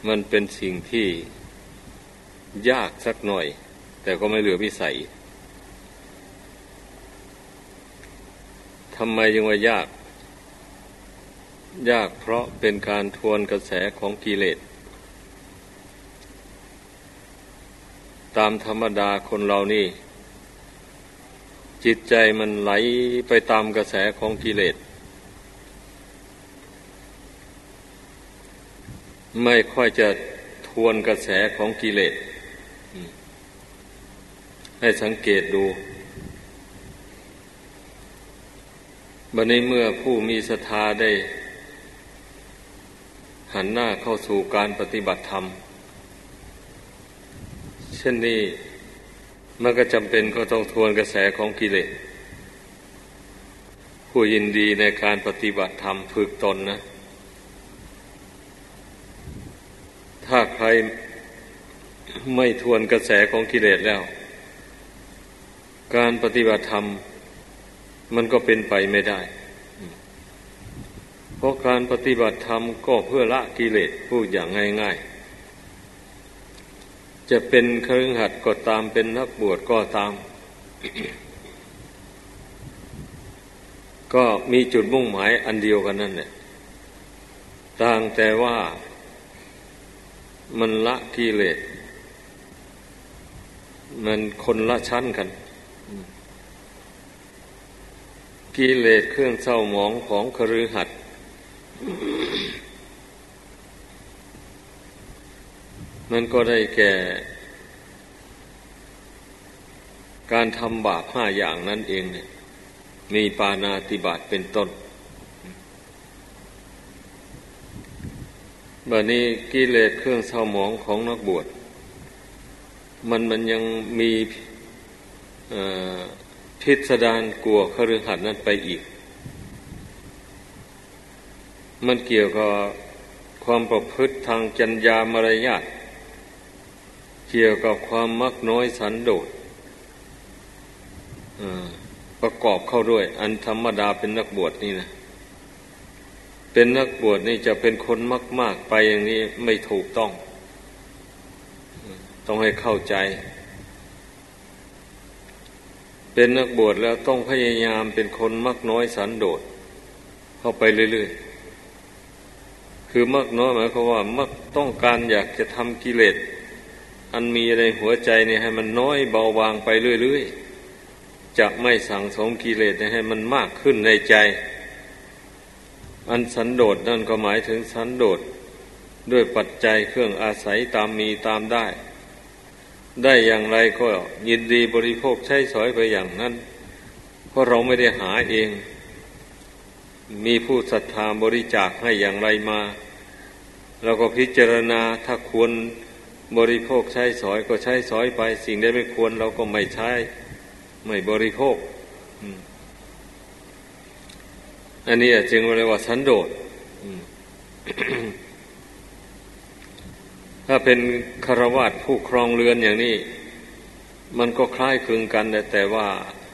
มันเป็นสิ่งที่ยากสักหน่อยแต่ก็ไม่เหลือวิสัยทำไมจึงว่ายาก ยากเพราะเป็นการทวนกระแสของกิเลสตามธรรมดาคนเรานี่จิตใจมันไหลไปตามกระแสของกิเลสไม่ค่อยจะทวนกระแสของกิเลสให้สังเกตดูบัดนี้เมื่อผู้มีศรัทธาได้หันหน้าเข้าสู่การปฏิบัติธรรมเช่นนี้มันก็จำเป็นก็ต้องทวนกระแสของกิเลสผู้ยินดีในการปฏิบัติธรรมฝึกตนนะถ้าใครไม่ทวนกระแสของกิเลสแล้วการปฏิบัติธรรมมันก็เป็นไปไม่ได้เพราะการปฏิบัติธรรมก็เพื่อละกิเลสพูดอย่างง่ายๆจะเป็นคฤหัสถ์ก็ตามเป็นนักบวชก็ตาม ก็มีจุดมุ่งหมายอันเดียวกันนั่นแหละต่างแต่ว่ามันละกิเลสมันคนละชั้นกันกิเลสเครื่องเศร้าหมองของคฤหัสถ์มันก็ได้แก่การทำบาป5อย่างนั่นเองเนี่ยมีปาณาติบาตเป็นต้นบัดนี้กิเลสเครื่องเศร้าหมองของนักบวชมันยังมีพิสดารกลัวคฤหัสถ์นั้นไปอีกมันเกี่ยวกับความประพฤติทางจรรยามารยาทเกี่ยวกับความมักน้อยสันโดษประกอบเข้าด้วยอันธรรมดาเป็นนักบวชนี่นะเป็นนักบวชนี่จะเป็นคนมากๆไปอย่างนี้ไม่ถูกต้องให้เข้าใจเป็นนักบวชแล้วต้องพยายามเป็นคนมักน้อยสันโดษเข้าไปเรื่อยๆคือมักน้อยหมายความว่ามักต้องการอยากจะทำกิเลสอันมีในหัวใจนี่ให้มันน้อยเบาบางไปเรื่อยๆจะไม่สั่งสมกิเลสให้มันมากขึ้นในใจอันสันโดษนั่นก็หมายถึงสันโดษด้วยปัจจัยเครื่องอาศัยตามมีตามได้อย่างไรก็ยินดีบริโภคใช้สอยไปอย่างนั้นเพราะเราไม่ได้หาเองมีผู้ศรัทธาบริจาคให้อย่างไรมาเราก็พิจารณาถ้าควรบริโภคใช้สอยก็ใช้สอยไปสิ่งใดไม่ควรเราก็ไม่ใช้ไม่บริโภคอันนี้จึงเรียกว่าสันโดษ ถ้าเป็นฆราวาสผู้ครองเรือนอย่างนี้มันก็คล้ายคลึงกันแต่ว่า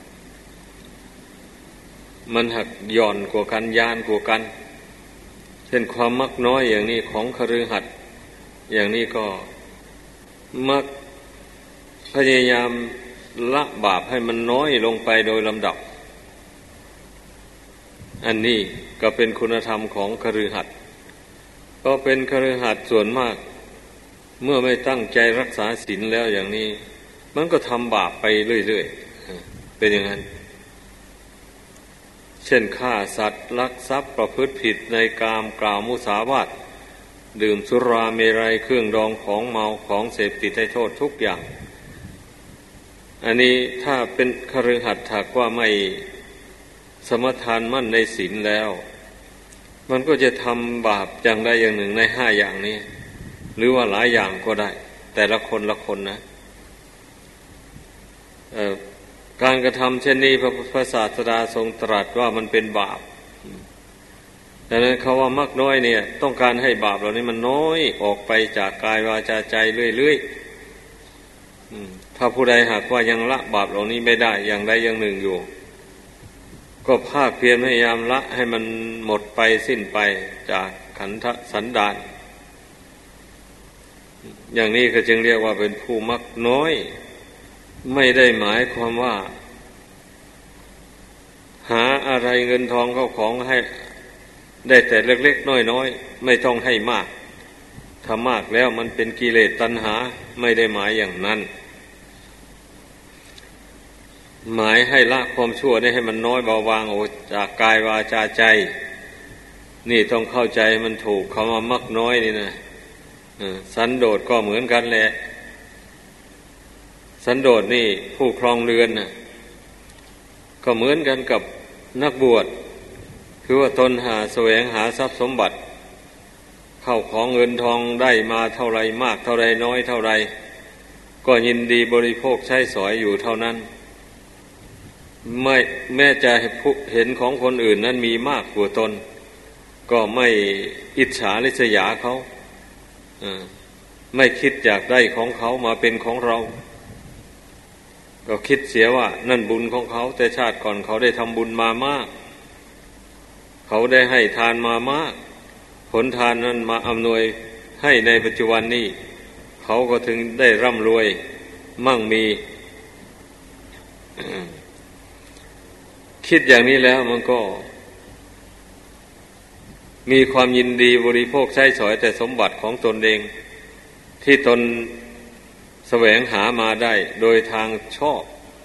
มันหักหย่อนกว่ากันยานกว่ากันเช่นความมักน้อยอย่างนี้ของคฤหัสถ์อย่างนี้ก็มักพยายามละบาปให้มันน้อยลงไปโดยลำดับอันนี้ก็เป็นคุณธรรมของคฤหัสถ์ก็เป็นคฤหัสถ์ส่วนมากเมื่อไม่ตั้งใจรักษาศีลแล้วอย่างนี้มันก็ทำบาปไปเรื่อยๆเป็นอย่างนั้นเช่นฆ่าสัตว์ลักทรัพย์ประพฤติผิดในกามกล่าวมุสาวาทดื่มสุราเมรัยเครื่องดองของเมาของเสพติดให้โทษทุกอย่างอันนี้ถ้าเป็นคฤหัสถ์หากว่าไม่สมทานมั่นในศีลแล้วมันก็จะทำบาปอย่างใดอย่างหนึ่งใน5อย่างนี้หรือว่าหลายอย่างก็ได้แต่ละคนละคนนะการกระทำเช่นนี้พระศาสดาทรงตรัสว่ามันเป็นบาปดังนั้นเขาว่ามักน้อยเนี่ยต้องการให้บาปเหล่านี้มันน้อยออกไปจากกายวาจาใจเรื่อยๆถ้าผู้ใดหากว่ายังละบาปเหล่านี้ไม่ได้อย่างใดอย่างหนึ่งอยู่ก็ภาคเพียรพยายามละให้มันหมดไปสิ้นไปจากขันธสันดานอย่างนี้ก็จึงเรียกว่าเป็นผู้มักน้อยไม่ได้หมายความว่าหาอะไรเงินทองเข้าของให้ได้แต่เล็กๆน้อยๆไม่ต้องให้มากถ้ามากแล้วมันเป็นกิเลสตัณหาไม่ได้หมายอย่างนั้นหมายให้ละความชั่วได้ให้มันน้อยเบาบางออกจากกายวาจาใจนี่ต้องเข้าใจมันถูกคำว่ามักน้อยนี่นะสันโดษก็เหมือนกันแหละสันโดษนี่ผู้ครองเรือนน่ะก็เหมือนกันกับนักบวชคือว่าตนแสวงหาทรัพย์สมบัติเข้าของเงินทองได้มาเท่าไรมากเท่าไรน้อยเท่าไรก็ยินดีบริโภคใช้สอยอยู่เท่านั้นไม่แม้จะเห็นของคนอื่นนั้นมีมากกว่าตนก็ไม่อิจฉาริษยาเขาไม่คิดอยากได้ของเขามาเป็นของเราก็คิดเสียว่านั่นบุญของเขาแต่ชาติก่อนเขาได้ทำบุญมามากเขาได้ให้ทานมามากผลทานนั้นมาอำนวยให้ในปัจจุบันนี้เขาก็ถึงได้ร่ำรวยมั่งมี คิดอย่างนี้แล้วมันก็มีความยินดีบริโภคใช้สอยแต่สมบัติของตนเองที่ตนแสวงหามาได้โดยทางชอบ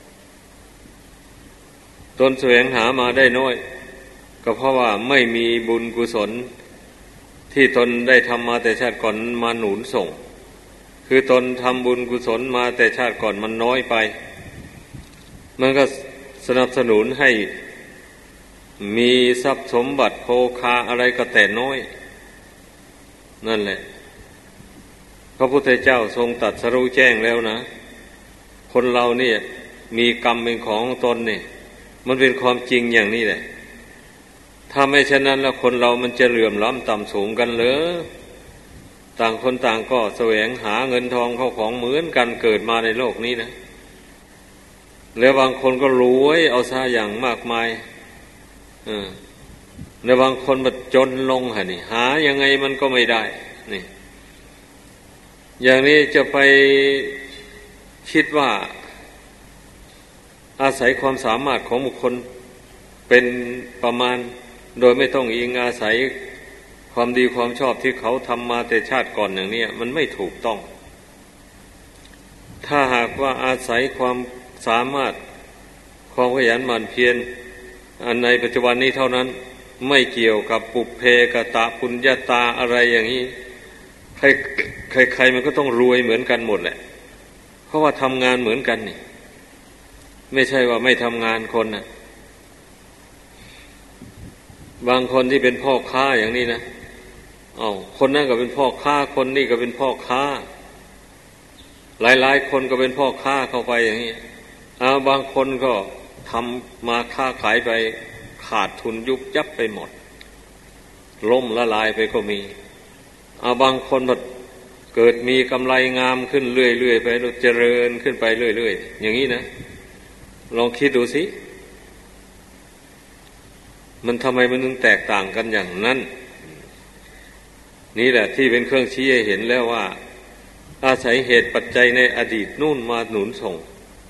ตนแสวงหามาได้น้อยก็เพราะว่าไม่มีบุญกุศลที่ตนได้ทำมาแต่ชาติก่อนมาหนุนส่งคือตนทำบุญกุศลมาแต่ชาติก่อนมันน้อยไปมันก็สนับสนุนให้มีทรัพย์สมบัติโภคาอะไรก็แต่น้อยนั่นแหละพระพุทธเจ้าทรงตรัสรู้แจ้งแล้วนะคนเราเนี่ยมีกรรมเป็นของตนเนี่ยมันเป็นความจริงอย่างนี้แหละถ้าไม่เช่นนั้นแล้วคนเรามันจะเหลื่อมล้ำต่ำสูงกันเหรอต่างคนต่างก็แสวงหาเงินทองเข้าของเหมือนกันเกิดมาในโลกนี้นะแล้วบางคนก็รวยเอาซะอย่างมากมายแล้วบางคนมันจนลงหะนี่หายังไงมันก็ไม่ได้นี่อย่างนี้จะไปคิดว่าอาศัยความสามารถของบุคคลเป็นประมาณโดยไม่ต้องอิงอาศัยความดีความชอบที่เขาทำมาแต่ชาติก่อนอย่างนี้มันไม่ถูกต้องถ้าหากว่าอาศัยความสามารถความขยันหมั่นเพียรอันในปัจจุบันนี้เท่านั้นไม่เกี่ยวกับปุพเพกตะปุญญาตาอะไรอย่างนี้ใครมันก็ต้องรวยเหมือนกันหมดแหละเพราะว่าทำงานเหมือนกันนี่ไม่ใช่ว่าไม่ทำงานคนนะบางคนที่เป็นพ่อค้าอย่างนี้นะคนนั้นก็เป็นพ่อค้าคนนี้ก็เป็นพ่อค้าหลายๆคนก็เป็นพ่อค้าเข้าไปอย่างนี้บางคนก็ทำมาค้าขายไปขาดทุนยุบยับไปหมดล่มละลายไปก็มีบางคนแบบเกิดมีกำไรงามขึ้นเรื่อยๆไปเจริญขึ้นไปเรื่อยๆอย่างนี้นะลองคิดดูสิมันทำไมมันถึงแตกต่างกันอย่างนั้นนี่แหละที่เป็นเครื่องชี้ให้เห็นแล้วว่าอาศัยเหตุปัจจัยในอดีตนู่นมาหนุนส่ง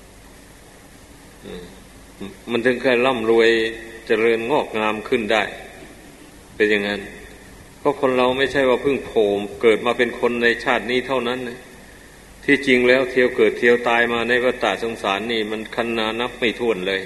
มันถึงเคยร่ำรวยเจริญงอกงามขึ้นได้เป็นอย่างนั้นเพราะคนเราไม่ใช่ว่าเพิ่งโผล่เกิดมาเป็นคนในชาตินี้เท่านั้นนะที่จริงแล้วเที่ยวเกิดเที่ยวตายมาในวัฏฏะสงสารนี่มันคันนานับไม่ถ้วนเลย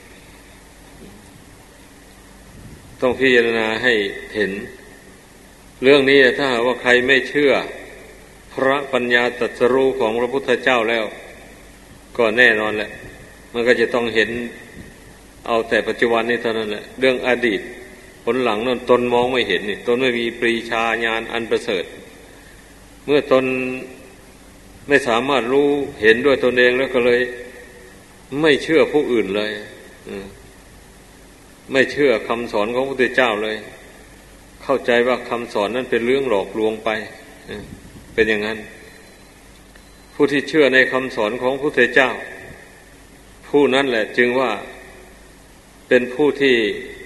ต้องพิจารณาให้เห็นเรื่องนี้ถ้าหากว่าใครไม่เชื่อพระปัญญาตรัสรู้ของพระพุทธเจ้าแล้วก็แน่นอนแหละมันก็จะต้องเห็นเอาแต่ปัจจุบันนี้เท่านั้นแหละเรื่องอดีตผลหลังนั้นตนมองไม่เห็นนี่ตนไม่มีปรีชาญาณอันประเสริฐเมื่อตนไม่สามารถรู้เห็นด้วยตนเองแล้วก็เลยไม่เชื่อผู้อื่นเลยไม่เชื่อคำสอนของพระพุทธเจ้าเลยเข้าใจว่าคำสอนนั้นเป็นเรื่องหลอกลวงไปเป็นอย่างนั้นผู้ที่เชื่อในคำสอนของพระพุทธเจ้าผู้นั้นแหละจึงว่าเป็นผู้ที่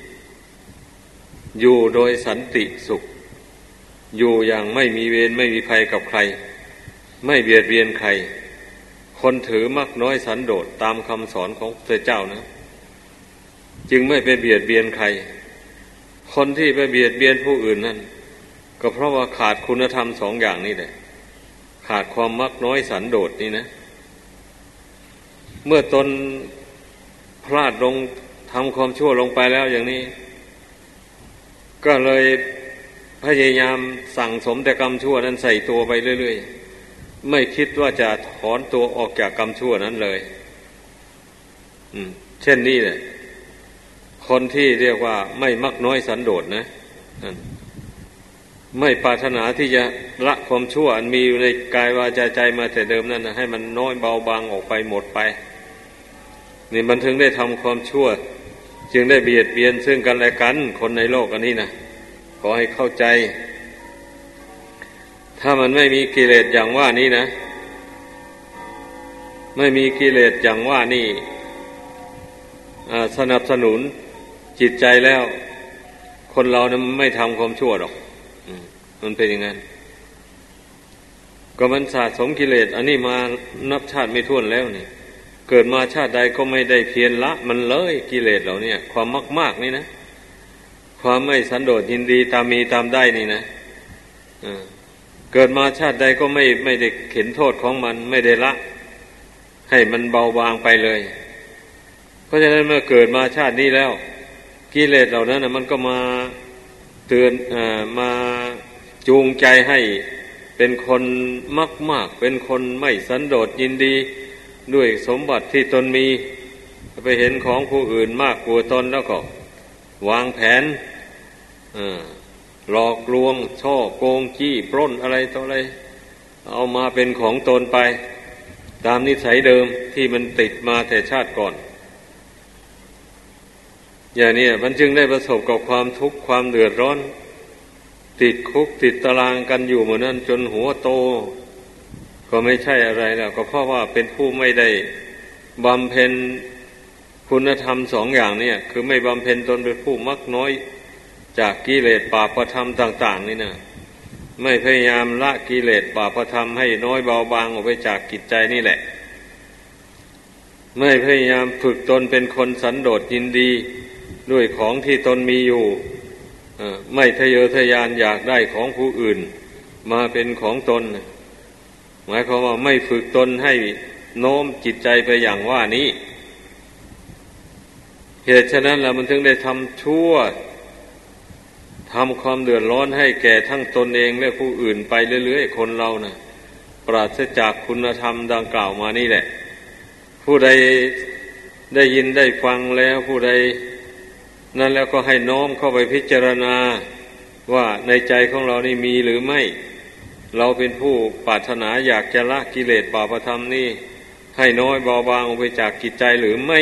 อยู่โดยสันติสุขอยู่อย่างไม่มีเวรไม่มีภัยกับใครไม่เบียดเบียนใครคนถือมักน้อยสันโดษตามคำสอนของพระเจ้านะจึงไม่ไปเบียดเบียนใครคนที่ไปเบียดเบียนผู้อื่นนั่นก็เพราะว่าขาดคุณธรรมสองอย่างนี้แหละขาดความมักน้อยสันโดษนี่นะเมื่อตนพลาดลงทำความชั่วลงไปแล้วอย่างนี้ก็เลยพยายามสั่งสมแต่กรรมชั่วนั้นใส่ตัวไปเรื่อยๆไม่คิดว่าจะถอนตัวออกจากกรรมชั่วนั้นเลยเช่นนี้แหละคนที่เรียกว่าไม่มักน้อยสันโดษนะไม่ปรารถนาที่จะละความชั่วอันมีอยู่ในกายวาจาใจมาแต่เดิมนั่นนะให้มันน้อยเบาบางออกไปหมดไปนี่มันถึงได้ทำความชั่วจึงได้เบียดเบียนซึ่งกันและกันคนในโลกอันนี้นะขอให้เข้าใจถ้ามันไม่มีกิเลสอย่างว่านี้นะไม่มีกิเลสอย่างว่านี่สนับสนุนจิตใจแล้วคนเรานะไม่ทำความชั่วหรอกมันเป็นอย่างนั้นก็มันสะสมกิเลสอันนี้มานับชาติไม่ถ้วนแล้วนี่เกิดมาชาติใดก็ไม่ได้เพียรละมันเลยกิเลสเหล่านี้ความมากๆนี่นะความไม่สันโดษยินดีตามมีตามได้นี่นะเกิดมาชาติใดก็ไม่ได้เห็นโทษของมันไม่ได้ละให้มันเบาบางไปเลยเพราะฉะนั้นเมื่อเกิดมาชาตินี้แล้วกิเลสเหล่านั้นมันก็มาเตือนมาจูงใจให้เป็นคนมากๆเป็นคนไม่สันโดษยินดีด้วยสมบัติที่ตนมีไปเห็นของผู้อื่นมากกว่าตนแล้วก็วางแผนหลอกลวงช่อโกงจี้ปล้นอะไรต่ออะไรเอามาเป็นของตนไปตามนิสัยเดิมที่มันติดมาแต่ชาติก่อนอย่างนี้มันจึงได้ประสบกับความทุกข์ความเดือดร้อนติดคุกติดตารางกันอยู่เหมือนนั้นจนหัวโตก็ไม่ใช่อะไรแล้วก็เพราะว่าเป็นผู้ไม่ได้บำเพ็ญคุณธรรมสองอย่างนี้คือไม่บำเพ็ญตนเป็นผู้มักน้อยจากกิเลสบาปธรรมต่างๆนี่นะไม่พยายามละกิเลสบาปธรรมให้น้อยเบาบางออกไปจากจิตใจนี่แหละไม่พยายามฝึกตนเป็นคนสันโดษยินดีด้วยของที่ตนมีอยู่ไม่ทะเยอทะยานอยากได้ของผู้อื่นมาเป็นของตนหมายความว่าไม่ฝึกตนให้โน้มจิตใจไปอย่างว่านี้เหตุฉะนั้นแล้วมันถึงได้ทำชั่วทำความเดือดร้อนให้แก่ทั้งตนเองและผู้อื่นไปเรื่อยๆคนเรานะปราศจากคุณธรรมดังกล่าวมานี่แหละผู้ใดได้ยินได้ฟังแล้วผู้ใดนั่นแล้วก็ให้น้อมเข้าไปพิจารณาว่าในใจของเรานี่มีหรือไม่เราเป็นผู้ปรารถนาอยากจะละกิเลสบาปธรรมนี่ให้น้อยเบาบางออกไปจากจิตใจหรือไม่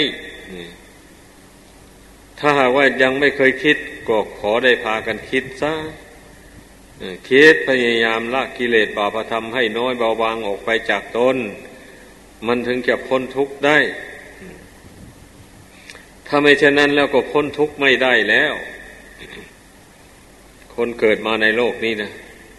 ถ้าหากว่ายังไม่เคยคิดก็ขอได้พากันคิดซะคิดพยายามละกิเลสบาปธรรมให้น้อยเบาบางออกไปจากตนมันถึงจะพ้นทุกข์ได้ถ้าไม่เช่นนั้นแล้วก็พ้นทุกข์ไม่ได้แล้วคนเกิดมาในโลกนี้นะ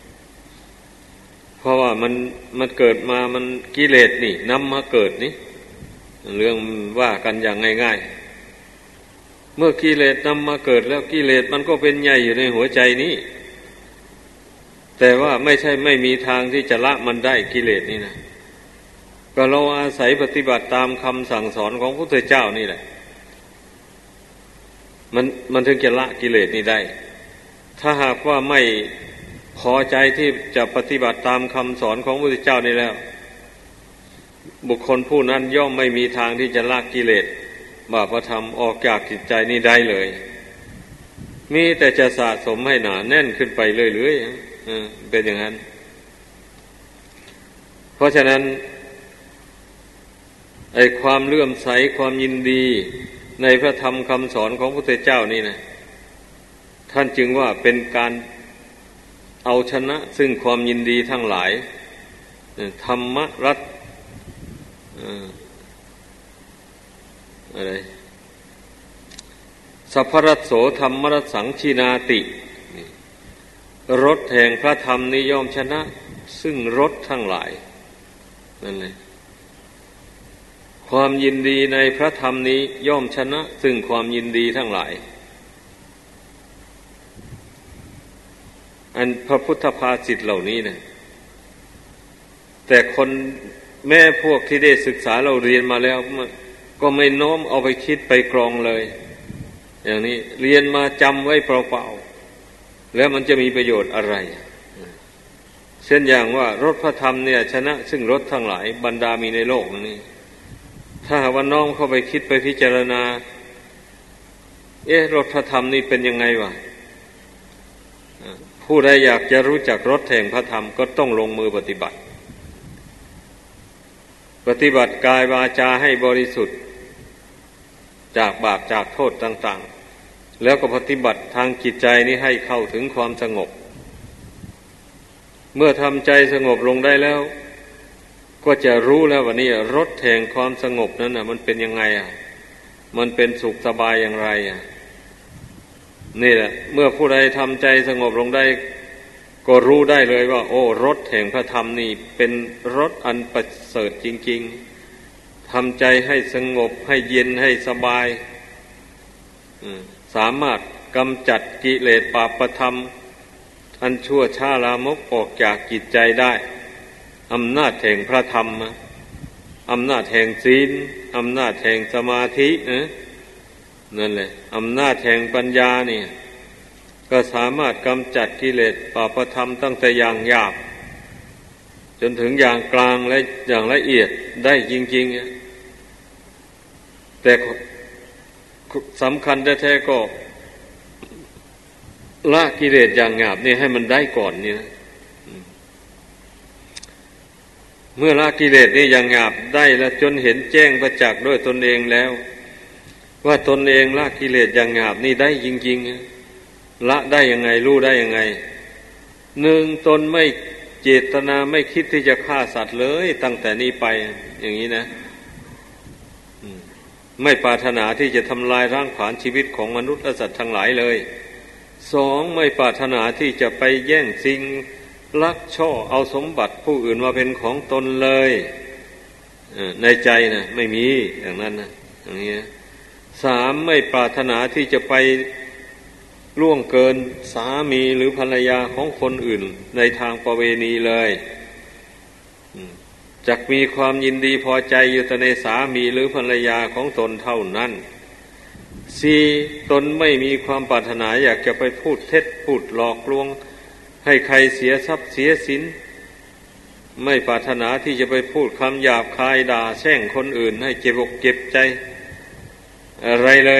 เพราะว่ามันเกิดมามันกิเลสนี่นำมาเกิดนี่เรื่องว่ากันอย่างง่ายๆเมื่อกิเลสนำมาเกิดแล้วกิเลสมันก็เป็นใหญ่อยู่ในหัวใจนี้แต่ว่าไม่ใช่ไม่มีทางที่จะละมันได้กิเลสนี่นะก็เราอาศัยปฏิบัติตามคำสั่งสอนของพระพุทธเจ้านี่แหละมันถึงจะละกิเลสนี้ได้ถ้าหากว่าไม่พอใจที่จะปฏิบัติตามคำสอนของพระพุทธเจ้านี่แล้วบุคคลผู้นั้นย่อมไม่มีทางที่จะละกิเลสบาปธรรมออกจากจิตใจนี้ได้เลยมีแต่จะสะสมให้หนาแน่นขึ้นไปเรื่อยๆเป็นอย่างนั้นเพราะฉะนั้นไอ้ความเลื่อมใสความยินดีในพระธรรมคำสอนของพระพุทธเจ้านี่นะท่านจึงว่าเป็นการเอาชนะซึ่งความยินดีทั้งหลายธรรมรัตอะไรสัพพรัสโสธรรมรัสสังชินาติรสแห่งพระธรรมนิยมชนะซึ่งรสทั้งหลายนั่นเลยความยินดีในพระธรรมนี้ย่อมชนะซึ่งความยินดีทั้งหลายอันพระพุทธภาษิตเหล่านี้นะแต่คนแม่พวกที่ได้ศึกษาเราเรียนมาแล้วก็ไม่น้อมเอาไปคิดไปกรองเลยอย่างนี้เรียนมาจำไว้เปล่าๆแล้วมันจะมีประโยชน์อะไรเช่นอย่างว่ารสพระธรรมเนี่ยชนะซึ่งรสทั้งหลายบรรดามีในโลกนี้ถ้าหากว่าน้อมเข้าไปคิดไปพิจารณารสพระธรรมนี่เป็นยังไงวะผู้ใดอยากจะรู้จักรสแห่งพระธรรมก็ต้องลงมือปฏิบัติกายวาจาให้บริสุทธิ์จากบาปจากโทษต่างๆแล้วก็ปฏิบัติทางจิตใจนี้ให้เข้าถึงความสงบเมื่อทำใจสงบลงได้แล้วก็จะรู้แล้วว่านี่รสแห่งความสงบนั้นน่ะมันเป็นยังไงมันเป็นสุขสบายอย่างไรนี่แหละเมื่อผู้ใดทำใจสงบลงได้ก็รู้ได้เลยว่าโอ้รสแห่งพระธรรมนี่เป็นรสอันประเสริฐจริงๆทำใจให้สงบให้เย็นให้สบายสามารถกำจัดกิเลสบาปธรรมอันชั่วช้าลามกออกจากจิตใจได้อำนาจแห่งพระธรรมอำนาจแห่งศีลอำนาจแห่งสมาธินั่นแหละอำนาจแห่งปัญญานี่ก็สามารถกำจัดกิเลสบาปธรรมตั้งแต่อย่างหยาบจนถึงอย่างกลางและอย่างละเอียดได้จริงๆแต่สำคัญแท้ๆก็ละกิเลสอย่างหยาบนี่ให้มันได้ก่อนนี่นะเมื่อละกิเลสนี่อย่างหยาบได้แล้วจนเห็นแจ้งประจักษ์ด้วยตนเองแล้วว่าตนเองละกิเลสอย่างหยาบนี่ได้จริงๆละได้ยังไงรู้ได้ยังไงหนึ่งตนไม่เจตนาไม่คิดที่จะฆ่าสัตว์เลยตั้งแต่นี้ไปอย่างนี้นะไม่ปรารถนาที่จะทำลายร่างผลาญชีวิตของมนุษย์และสัตว์ทั้งหลายเลยสองไม่ปรารถนาที่จะไปแย่งชิงลักช่อเอาสมบัติผู้อื่นมาเป็นของตนเลยในใจนะไม่มีอย่างนั้นนะอย่างนี้สามไม่ปรารถนาที่จะไปล่วงเกินสามีหรือภรรยาของคนอื่นในทางประเวณีเลยจักมีความยินดีพอใจอยู่แต่ในสามีหรือภรรยาของตนเท่านั้นสี่ตนไม่มีความปรารถนาอยากจะไปพูดเท็จพูดหลอกลวงให้ใครเสียทรัพย์เสียสินไม่ปรารถนาที่จะไปพูดคำหยาบคายด่าแช่งคนอื่นให้เจ็บอกเจ็บใจอะไรเลย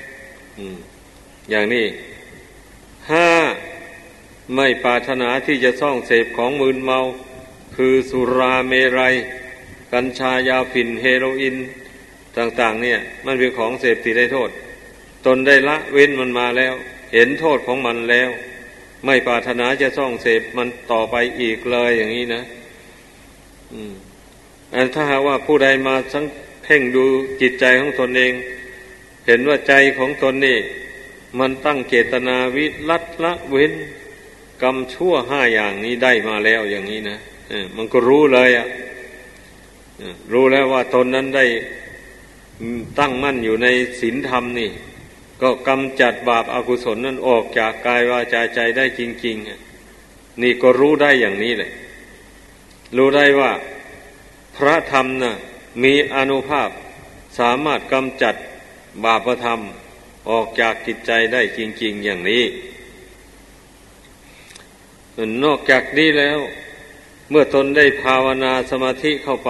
อย่างนี้ห้าไม่ปรารถนาที่จะส่องเสพของมึนเมาคือสุราเมรัยกัญชายาฝิ่นเฮโรอีนต่างๆเนี่ยมันเป็นของเสพติดได้โทษตนได้ละเว้นมันมาแล้วเห็นโทษของมันแล้วไม่ปรารถนาจะส่องเสพมันต่อไปอีกเลยอย่างนี้นะถ้าหากว่าผู้ใดมาสังเพ่งดูจิตใจของตนเองเห็นว่าใจของตนนี่มันตั้งเจตนาวิรัตละเว้นกรรมชั่วห้าอย่างนี้ได้มาแล้วอย่างนี้นะมันก็รู้เลยรู้แล้วว่าตนนั้นได้ตั้งมั่นอยู่ในศีลธรรมนี่ก็กำจัดบาปอกุศลนั้นออกจากกายวาจาใจได้จริงๆนี่ก็รู้ได้อย่างนี้แหละรู้ได้ว่าพระธรรมน่ะมีอานุภาพสามารถกำจัดบาปธรรมออกจากจิตใจได้จริงๆอย่างนี้นอกจากนี้แล้วเมื่อตนได้ภาวนาสมาธิเข้าไป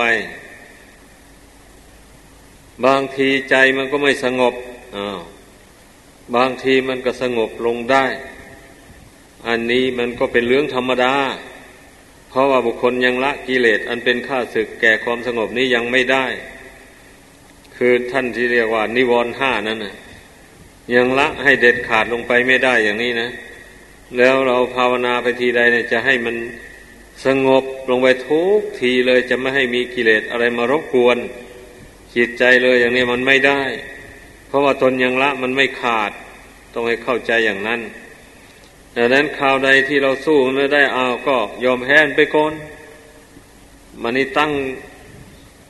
บางทีใจมันก็ไม่สงบบางทีมันก็สงบลงได้อันนี้มันก็เป็นเรื่องธรรมดาเพราะว่าบุคคลยังละกิเลสอันเป็นข้าศึกแก่ความสงบนี้ยังไม่ได้คือท่านที่เรียกว่านิวรณ์ห้านั้นน่ะยังละให้เด็ดขาดลงไปไม่ได้อย่างนี้นะแล้วเราภาวนาไปทีใดเนี่ยจะให้มันสงบลงไปทุกทีเลยจะไม่ให้มีกิเลสอะไรมารบกวนจิตใจเลยอย่างนี้มันไม่ได้เพราะว่าตนยังละมันไม่ขาดต้องให้เข้าใจอย่างนั้นดังนั้นคราวใดที่เราสู้มันไม่ได้ก็ยอมแพ้ไปก่อนมันนี่ตั้ง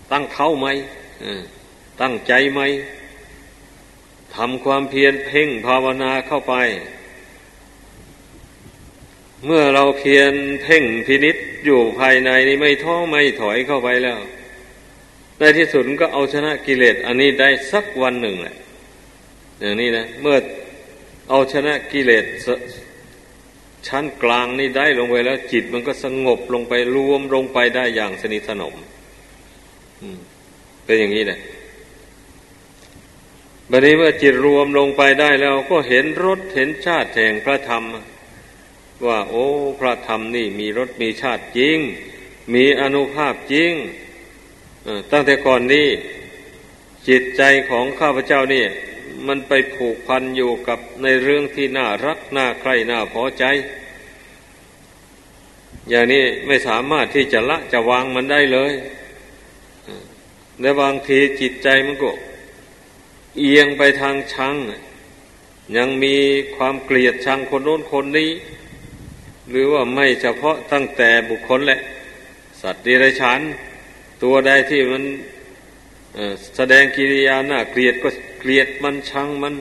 ตั้งเข้าไหมตั้งใจไหมทำความเพียรเพ่งภาวนาเข้าไปเมื่อเราเพียรเพ่งพินิจอยู่ภายในนี่ไม่ท้อไม่ถอยเข้าไปแล้วในที่สุดก็เอาชนะกิเลสอันนี้ได้สักวันหนึ่งแหละอย่างนี้นะเมื่อเอาชนะกิเลสชั้นกลางนี่ได้ลงไปแล้วจิตมันก็สงบลงไปรวมลงไปได้อย่างสนิทสนมเป็นอย่างนี้แหละบัดนี้เมื่อจิตรวมลงไปได้แล้วก็เห็นรสเห็นชาติแห่งพระธรรมว่าโอ้พระธรรมนี่มีรสมีชาติจริงมีอานุภาพจริงตั้งแต่ก่อนนี้จิตใจของข้าพเจ้านี่มันไปผูกพันอยู่กับในเรื่องที่น่ารักน่าใคร่น่าพอใจอย่างนี้ไม่สามารถที่จะละจะวางมันได้เลยและบางทีจิตใจมันก็เอียงไปทางชังยังมีความเกลียดชังคนโน้นคนนี้หรือว่าไม่เฉพาะตั้งแต่บุคคลแหละสัตว์เดรัจฉานตัวใดที่มันแสดงกิริยาน่าเกลียดก็เกลียดมันชังมัน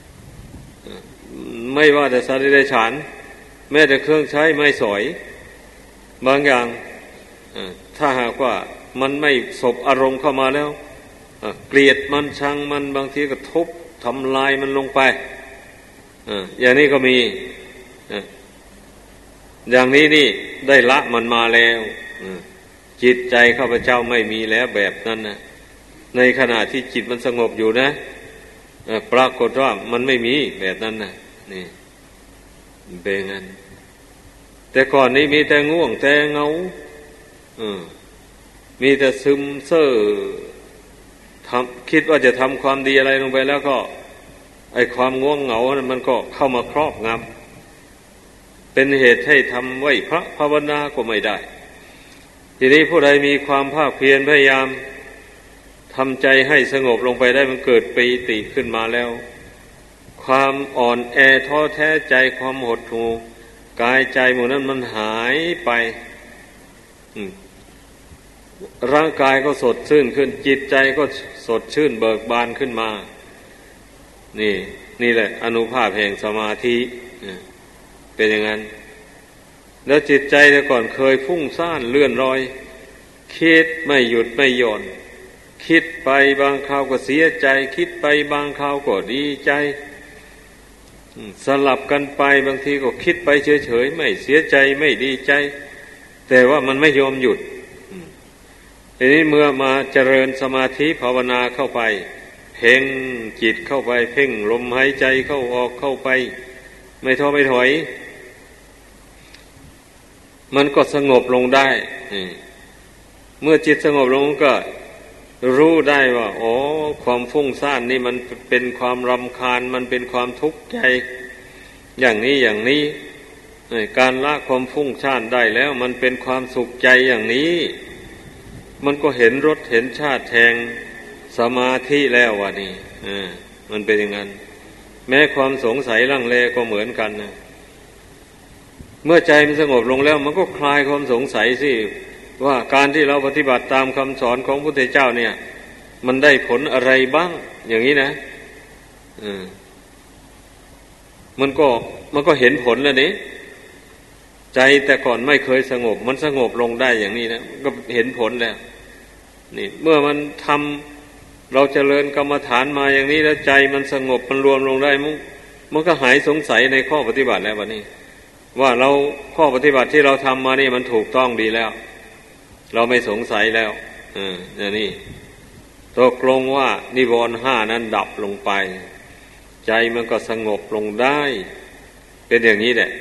ไม่ว่าแต่สัตว์เดรัจฉานแม้แต่เครื่องใช้ไม้สอยบางอย่างถ้าหากว่ามันไม่สบอารมณ์เข้ามาแล้วเกลียดมันชังมันบางทีก็ทุบทำลายมันลงไปอย่างนี้ก็มีอย่างนี้นี่ได้ละมันมาแล้วจิตใจข้าพเจ้าไม่มีแล้วแบบนั้นนะในขณะที่จิตมันสงบอยู่นะปรากฏว่ามันไม่มีแบบนั้นนะนี่เป็นงั้นแต่ก่อนนี้มีแต่ง่วงแต่เหงามีแต่ซึมเซ่อคิดว่าจะทำความดีอะไรลงไปแล้วก็ไอ้ความง่วงเหงานั้นมันก็เข้ามาครอบงำเป็นเหตุให้ทำไหวพระภาวนาก็ไม่ได้ทีนี้ผู้ใดมีความภาคเพียรพยายามทำใจให้สงบลงไปได้มันเกิดปีติขึ้นมาแล้วความอ่อนแอท้อแท้ใจความหดหู่กายใจหมู่นั้นมันหายไปร่างกายก็สดชื่นขึ้นจิตใจก็สดชื่นเบิกบานขึ้นมานี่แหละอานุภาพแห่งสมาธิเป็นอย่างนั้นแล้วจิตใจแต่ก่อนเคยฟุ้งซ่านเลื่อนลอยคิดไม่หยุดไม่หย่อนคิดไปบางคราวก็เสียใจคิดไปบางคราวก็ดีใจสลับกันไปบางทีก็คิดไปเฉยๆไม่เสียใจไม่ดีใจแต่ว่ามันไม่ยอมหยุดทีนี้เมื่อมาเจริญสมาธิภาวนาเข้าไปเพ่งจิตเข้าไปเพ่งลมหายใจเข้าออกเข้าไปไม่ท้อไม่ถอยมันก็สงบลงได้เมื่อจิตสงบลงก็รู้ได้ว่าอ๋อความฟุ้งซ่านนี่มันเป็นความรำคาญมันเป็นความทุกข์ใจอย่างนี้การละความฟุ้งซ่านได้แล้วมันเป็นความสุขใจอย่างนี้มันก็เห็นรสเห็นชาติแห่งสมาธิแล้ววะนี่มันเป็นอย่างนั้นแม้ความสงสัยลังเลก็เหมือนกันนะเมื่อใจมันสงบลงแล้วมันก็คลายความสงสัยสิว่าการที่เราปฏิบัติตามคำสอนของพระพุทธเจ้าเนี่ยมันได้ผลอะไรบ้างอย่างนี้นะมันก็เห็นผลแล้วนี่ใจแต่ก่อนไม่เคยสงบมันสงบลงได้อย่างนี้นะก็เห็นผลแล้วนี่เมื่อมันทำเราเจริญกรรมฐานมาอย่างนี้แล้วใจมันสงบมันรวมลงได้มันก็หายสงสัยในข้อปฏิบัติแล้ววันนี้ว่าเราข้อปฏิบัติที่เราทำมานี่มันถูกต้องดีแล้วเราไม่สงสัยแล้วอย่างนี้ตกลงว่านิวรณ์ห้านั้นดับลงไปใจมันก็สงบลงได้เป็นอย่างนี้แหละ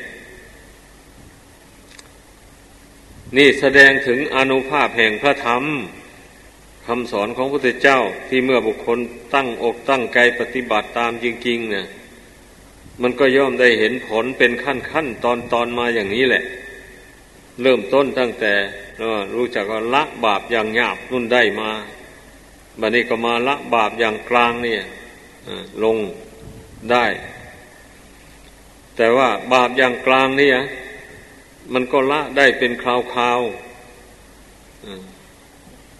นี่แสดงถึงอานุภาพแห่งพระธรรมคำสอนของพระพุทธเจ้าที่เมื่อบุคคลตั้งอกตั้งใจปฏิบัติตามจริงๆเนี่ยมันก็ย่อมได้เห็นผลเป็นขั้นตอนมาอย่างนี้แหละเริ่มต้นตั้งแต่รู้จักว่าละบาปอย่างหยาบนุ่นได้มาบัดนี้ก็มาละบาปอย่างกลางเนี่ยลงได้แต่ว่าบาปอย่างกลางเนี่ยมันก็ละได้เป็นคราวๆ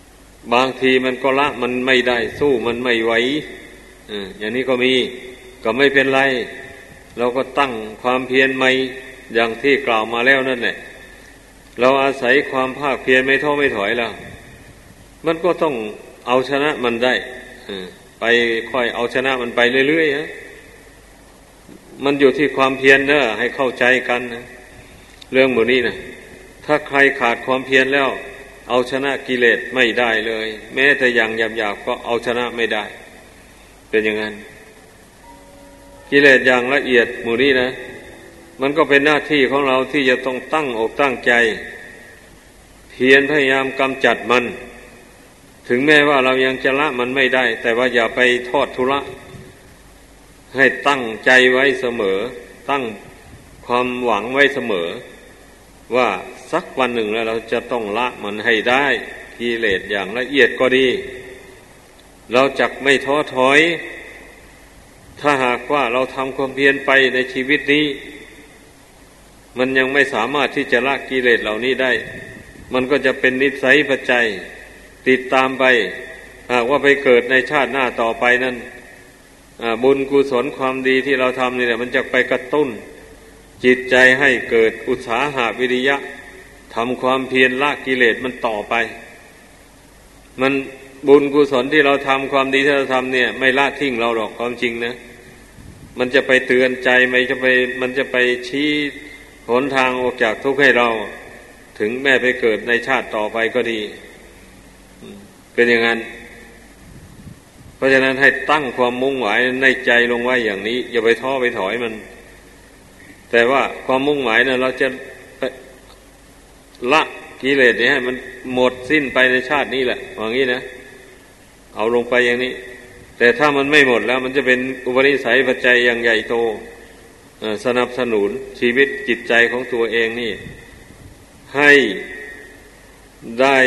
บางทีมันก็ละมันไม่ได้สู้มันไม่ไหวอย่างนี้ก็มีก็ไม่เป็นไรเราก็ตั้งความเพียรใหม่อย่างที่กล่าวมาแล้วนั่นแหละเราอาศัยความภาคเพียรไม่ท้อไม่ถอยแล้วมันก็ต้องเอาชนะมันได้ไปค่อยเอาชนะมันไปเรื่อยๆฮะมันอยู่ที่ความเพียรเนอะให้เข้าใจกันนะเรื่องหมู่นี้นะถ้าใครขาดความเพียรแล้วเอาชนะกิเลสไม่ได้เลยแม้แต่อย่างหยาบๆก็เอาชนะไม่ได้เป็นอย่างนั้นกิเลสอย่างละเอียดหมู่นี้นะมันก็เป็นหน้าที่ของเราที่จะต้องตั้งอกตั้งใจเพียรพยายามกำจัดมันถึงแม้ว่าเรายังจะละมันไม่ได้แต่ว่าอย่าไปทอดทุระให้ตั้งใจไว้เสมอตั้งความหวังไว้เสมอว่าสักวันหนึ่งแล้วเราจะต้องละมันให้ได้กิเลสอย่างละเอียดก็ดีเราจักไม่ท้อถอยถ้าหากว่าเราทำความเพียรไปในชีวิตนี้มันยังไม่สามารถที่จะละกิเลสเหล่านี้ได้มันก็จะเป็นนิสัยปัจจัยติดตามไปหากว่าไปเกิดในชาติหน้าต่อไปนั้นบุญกุศลความดีที่เราทำนี่แหละมันจะไปกระตุ้นจิตใจให้เกิดอุตสาหะวิริยะทำความเพียรละกิเลสมันต่อไปมันบุญกุศลที่เราทำความดีที่เราทำเนี่ยไม่ละทิ้งเราหรอกความจริงนะมันจะไปเตือนใจมันจะไปชี้หนทางออกจากทุกข์ให้เราถึงแม้ไปเกิดในชาติต่อไปก็ดีเป็นอย่างนั้นเพราะฉะนั้นให้ตั้งความมุ่งหมายในใจลงไว้อย่างนี้อย่าไปท้อไปถอยมันแต่ว่าความมุ่งหมายเนี่ยเราจะละกิเลสนี้ให้มันหมดสิ้นไปในชาตินี้แหละอย่างนี้นะเอาลงไปอย่างนี้แต่ถ้ามันไม่หมดแล้วมันจะเป็นอุปนิสัยปัจจัยอย่างใหญ่โตสนับสนุนชีวิตจิตใจของตัวเองนี่ให้ได้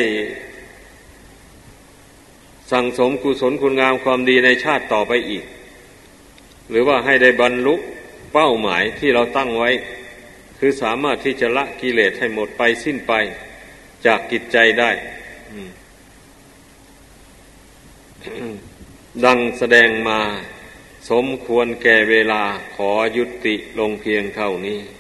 สั่งสมกุศลคุณงามความดีในชาติต่อไปอีกหรือว่าให้ได้บรรลุเป้าหมายที่เราตั้งไว้คือสามารถที่จะละกิเลสให้หมดไปสิ้นไปจากจิตใจได้ ดังแสดงมาสมควรแก่เวลาขอยุติลงเพียงเท่านี้